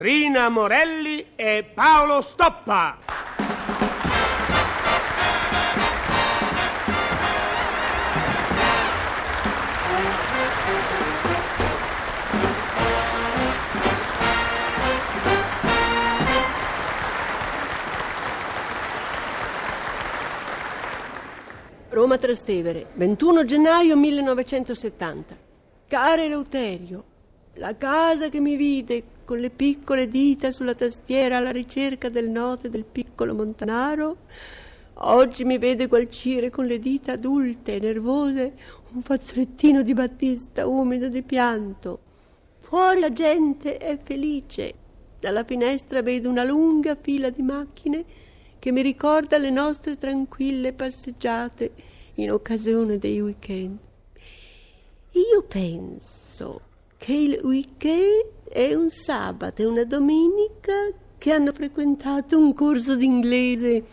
Rina Morelli e Paolo Stoppa. Roma Trastevere, 21 gennaio 1970. Caro Eleuterio, la casa che mi vide con le piccole dita sulla tastiera alla ricerca del note del piccolo Montanaro, oggi mi vede gualcire con le dita adulte e nervose un fazzolettino di battista umido di pianto. Fuori la gente è felice. Dalla finestra vedo una lunga fila di macchine che mi ricorda le nostre tranquille passeggiate in occasione dei weekend. Io penso che il weekend è un sabato e una domenica che hanno frequentato un corso d'inglese.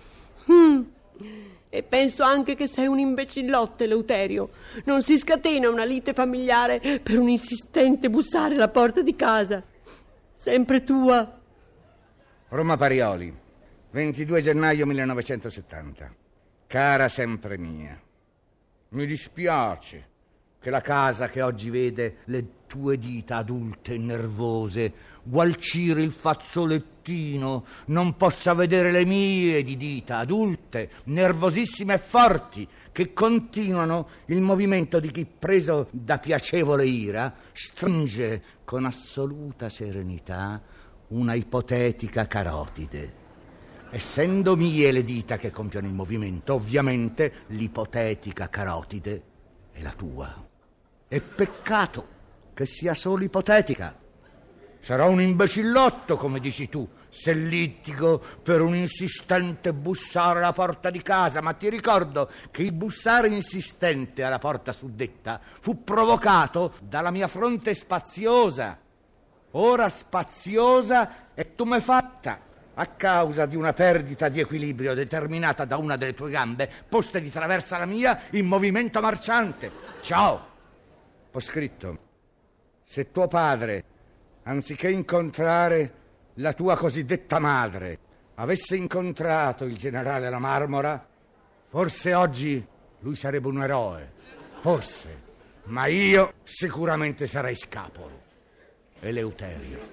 E penso anche che sei un imbecillotto, Eleuterio. Non si scatena una lite familiare per un insistente bussare alla porta di casa. Sempre tua. Roma Parioli, 22 gennaio 1970. Cara sempre mia, mi dispiace che la casa che oggi vede le tue dita adulte e nervose gualcire il fazzolettino non possa vedere le mie di dita adulte, nervosissime e forti, che continuano il movimento di chi, preso da piacevole ira, stringe con assoluta serenità una ipotetica carotide. Essendo mie le dita che compiono il movimento, ovviamente l'ipotetica carotide è la tua. È peccato che sia solo ipotetica. Sarò un imbecillotto, come dici tu, se litigo per un insistente bussare alla porta di casa, ma ti ricordo che il bussare insistente alla porta suddetta fu provocato dalla mia fronte spaziosa. Ora spaziosa e tu m'hai fatta a causa di una perdita di equilibrio determinata da una delle tue gambe poste di traverso alla mia in movimento marciante. Ciao. Ho scritto: se tuo padre, anziché incontrare la tua cosiddetta madre, avesse incontrato il generale La Marmora, forse oggi lui sarebbe un eroe. Forse. Ma io sicuramente sarei scapolo. Eleuterio.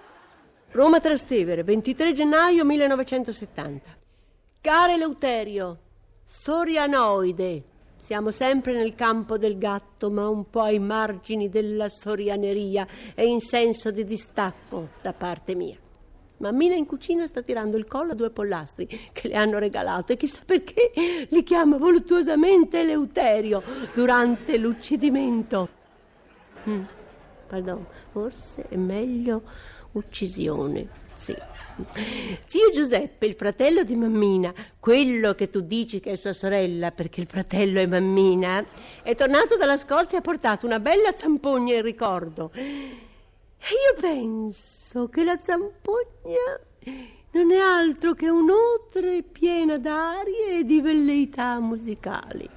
Roma Trastevere, 23 gennaio 1970. Caro Eleuterio, sorianoide. Siamo sempre nel campo del gatto, ma un po' ai margini della sorianeria e in senso di distacco da parte mia. Mammina in cucina sta tirando il collo a 2 pollastri che le hanno regalato e chissà perché li chiama voluttuosamente Eleuterio durante l'uccidimento. Pardon, forse è meglio uccisione, sì. Zio Giuseppe, il fratello di mammina, quello che tu dici che è sua sorella perché il fratello è mammina, è tornato dalla Scozia e ha portato una bella zampogna in ricordo. E io penso che la zampogna non è altro che un'otre piena d'arie e di velleità musicali.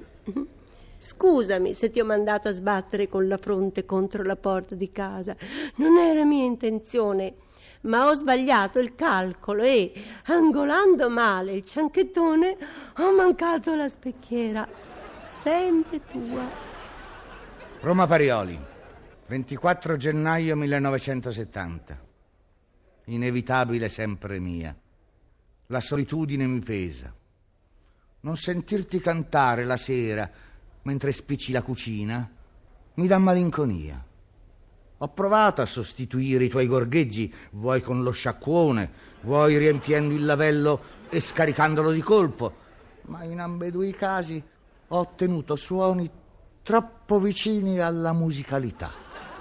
Scusami se ti ho mandato a sbattere con la fronte contro la porta di casa. Non era mia intenzione, ma ho sbagliato il calcolo e, angolando male il cianchettone, ho mancato la specchiera. Sempre tua. Roma Parioli, 24 gennaio 1970. Inevitabile sempre mia. La solitudine mi pesa. Non sentirti cantare la sera mentre spicci la cucina mi dà malinconia. Ho provato a sostituire i tuoi gorgheggi, vuoi con lo sciacquone, vuoi riempiendo il lavello e scaricandolo di colpo, ma in ambedue i casi ho ottenuto suoni troppo vicini alla musicalità.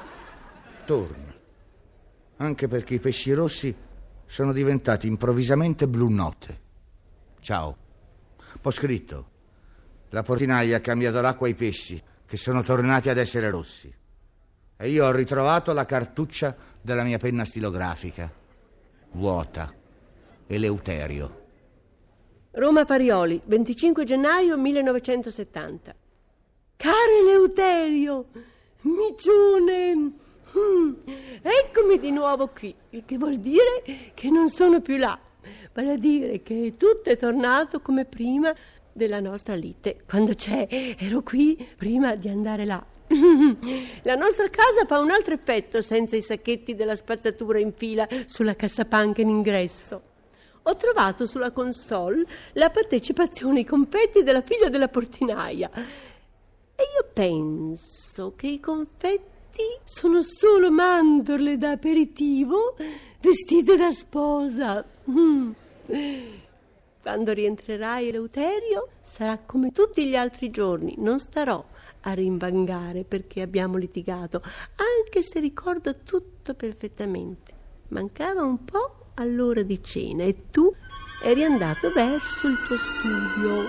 Torna, anche perché i pesci rossi sono diventati improvvisamente blu notte. Ciao. Ho scritto: la portinaia ha cambiato l'acqua ai pesci, che sono tornati ad essere rossi. E io ho ritrovato la cartuccia della mia penna stilografica. Vuota. Eleuterio. Roma Parioli, 25 gennaio 1970. Caro Eleuterio, micione, Eccomi di nuovo qui, il che vuol dire che non sono più là. Vale a dire che tutto è tornato come prima della nostra lite. Quando ero qui prima di andare là. La nostra casa fa un altro effetto senza i sacchetti della spazzatura in fila sulla cassapanca in ingresso. Ho trovato sulla console la partecipazione ai confetti della figlia della portinaia e io penso che i confetti sono solo mandorle da aperitivo vestite da sposa. Quando rientrerai, Eleuterio, sarà come tutti gli altri giorni. Non starò a rinvangare perché abbiamo litigato, anche se ricordo tutto perfettamente. Mancava un po' all'ora di cena e tu eri andato verso il tuo studio.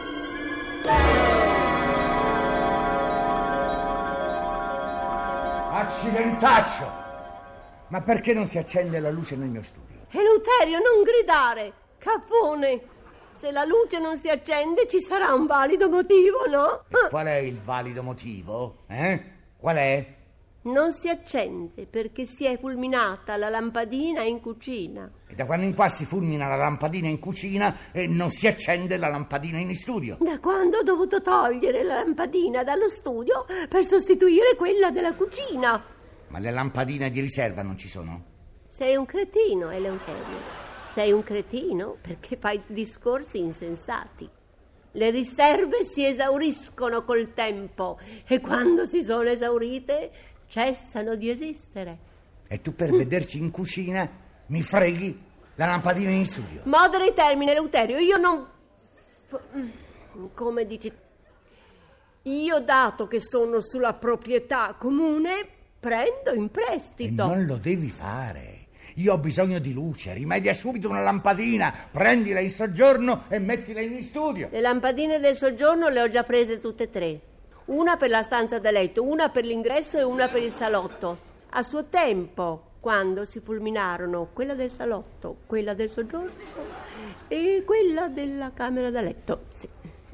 Accidentaccio! Ma perché non si accende la luce nel mio studio? Eleuterio, non gridare! Caffone! Se la luce non si accende ci sarà un valido motivo, no? E qual è il valido motivo? Qual è? Non si accende perché si è fulminata la lampadina in cucina. E da quando in qua si fulmina la lampadina in cucina e non si accende la lampadina in studio? Da quando ho dovuto togliere la lampadina dallo studio per sostituire quella della cucina. Ma le lampadine di riserva non ci sono? Sei un cretino, Eleuterio. Sei un cretino perché fai discorsi insensati. Le riserve si esauriscono col tempo e quando si sono esaurite cessano di esistere. E tu per vederci in cucina mi freghi la lampadina in studio? Modera i termini, Eleuterio. Io non... Come dici... Io, dato che sono sulla proprietà comune, prendo in prestito. E non lo devi fare. Io ho bisogno di luce, rimedia subito una lampadina, prendila in soggiorno e mettila in studio. Le lampadine del soggiorno le ho già prese tutte e 3. Una per la stanza da letto, una per l'ingresso e una per il salotto. A suo tempo, quando si fulminarono quella del salotto, quella del soggiorno e quella della camera da letto. Sì.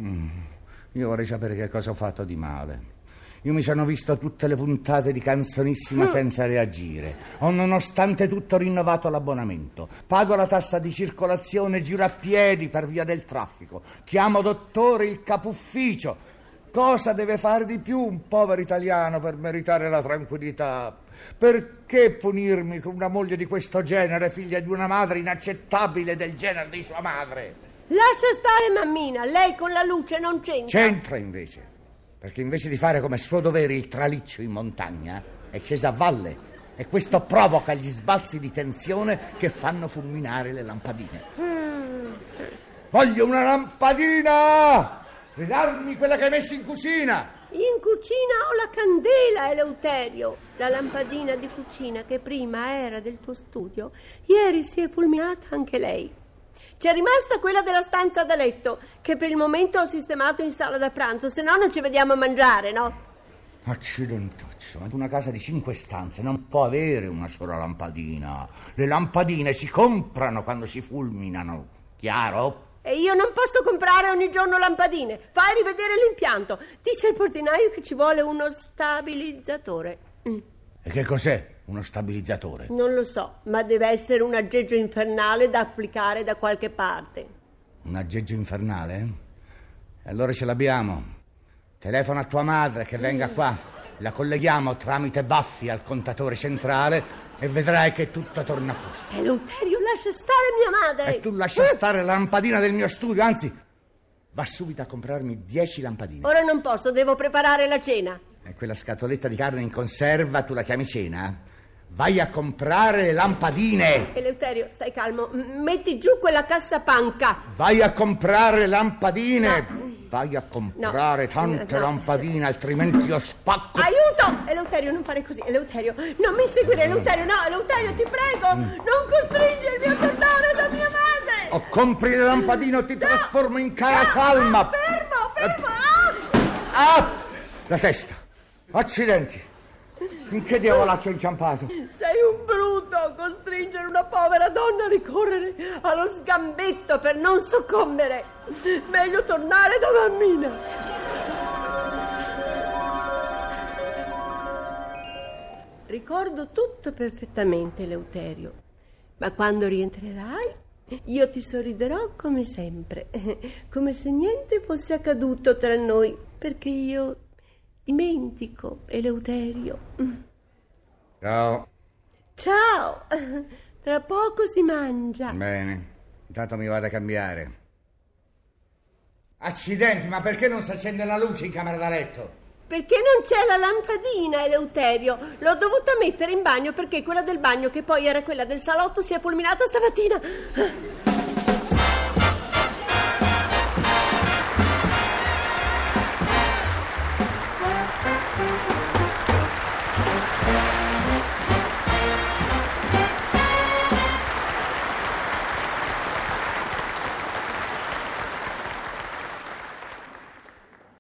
Io vorrei sapere che cosa ho fatto di male. Io mi sono visto tutte le puntate di Canzonissima senza reagire. Ho nonostante tutto rinnovato l'abbonamento. Pago la tassa di circolazione, giro a piedi per via del traffico. Chiamo dottore il capo ufficio. Cosa deve fare di più un povero italiano per meritare la tranquillità? Perché punirmi con una moglie di questo genere, figlia di una madre inaccettabile del genere di sua madre? Lascia stare, mammina. Lei con la luce non c'entra. C'entra invece. Perché invece di fare come suo dovere il traliccio in montagna è scesa a valle e questo provoca gli sbalzi di tensione che fanno fulminare le lampadine. Voglio una lampadina! Ridarmi quella che hai messo in cucina! In cucina ho la candela, Eleuterio. La lampadina di cucina che prima era del tuo studio, ieri si è fulminata anche lei. C'è rimasta quella della stanza da letto, che per il momento ho sistemato in sala da pranzo, se no non ci vediamo a mangiare, no? Accidentaccio, una casa di 5 stanze non può avere una sola lampadina. Le lampadine si comprano quando si fulminano, chiaro? E io non posso comprare ogni giorno lampadine. Fai rivedere l'impianto. Dice il portinaio che ci vuole uno stabilizzatore. E che cos'è uno stabilizzatore? Non lo so, ma deve essere un aggeggio infernale da applicare da qualche parte. Un aggeggio infernale? E allora ce l'abbiamo. Telefona a tua madre che venga qua. La colleghiamo tramite baffi al contatore centrale e vedrai che tutto torna a posto. Eleuterio, lascia stare mia madre. E tu lascia stare la lampadina del mio studio, anzi, va subito a comprarmi 10 lampadine. Ora non posso, devo preparare la cena. E quella scatoletta di carne in conserva tu la chiami cena? Vai a comprare le lampadine. Eleuterio, stai calmo. Metti giù quella cassapanca. Vai a comprare le lampadine. No. Vai a comprare tante lampadine, altrimenti io spacco. Aiuto! Eleuterio, non fare così. Eleuterio, non mi seguire, Eleuterio. No, Eleuterio, ti prego. Non costringermi a tornare da mia madre. O compri le lampadine o ti trasformo in cara salma. Fermo. La testa. Accidenti. In che diavolaccio ho inciampato? Sei un bruto, costringere una povera donna a ricorrere allo sgambetto per non soccombere. Meglio tornare da mammina. Ricordo tutto perfettamente, Eleuterio. Ma quando rientrerai, io ti sorriderò come sempre, come se niente fosse accaduto tra noi, perché io dimentico, Eleuterio. Ciao. Ciao, tra poco si mangia. Bene, intanto mi vado a cambiare. Accidenti, ma perché non si accende la luce in camera da letto? Perché non c'è la lampadina, Eleuterio? L'ho dovuta mettere in bagno perché quella del bagno, che poi era quella del salotto, si è fulminata stamattina.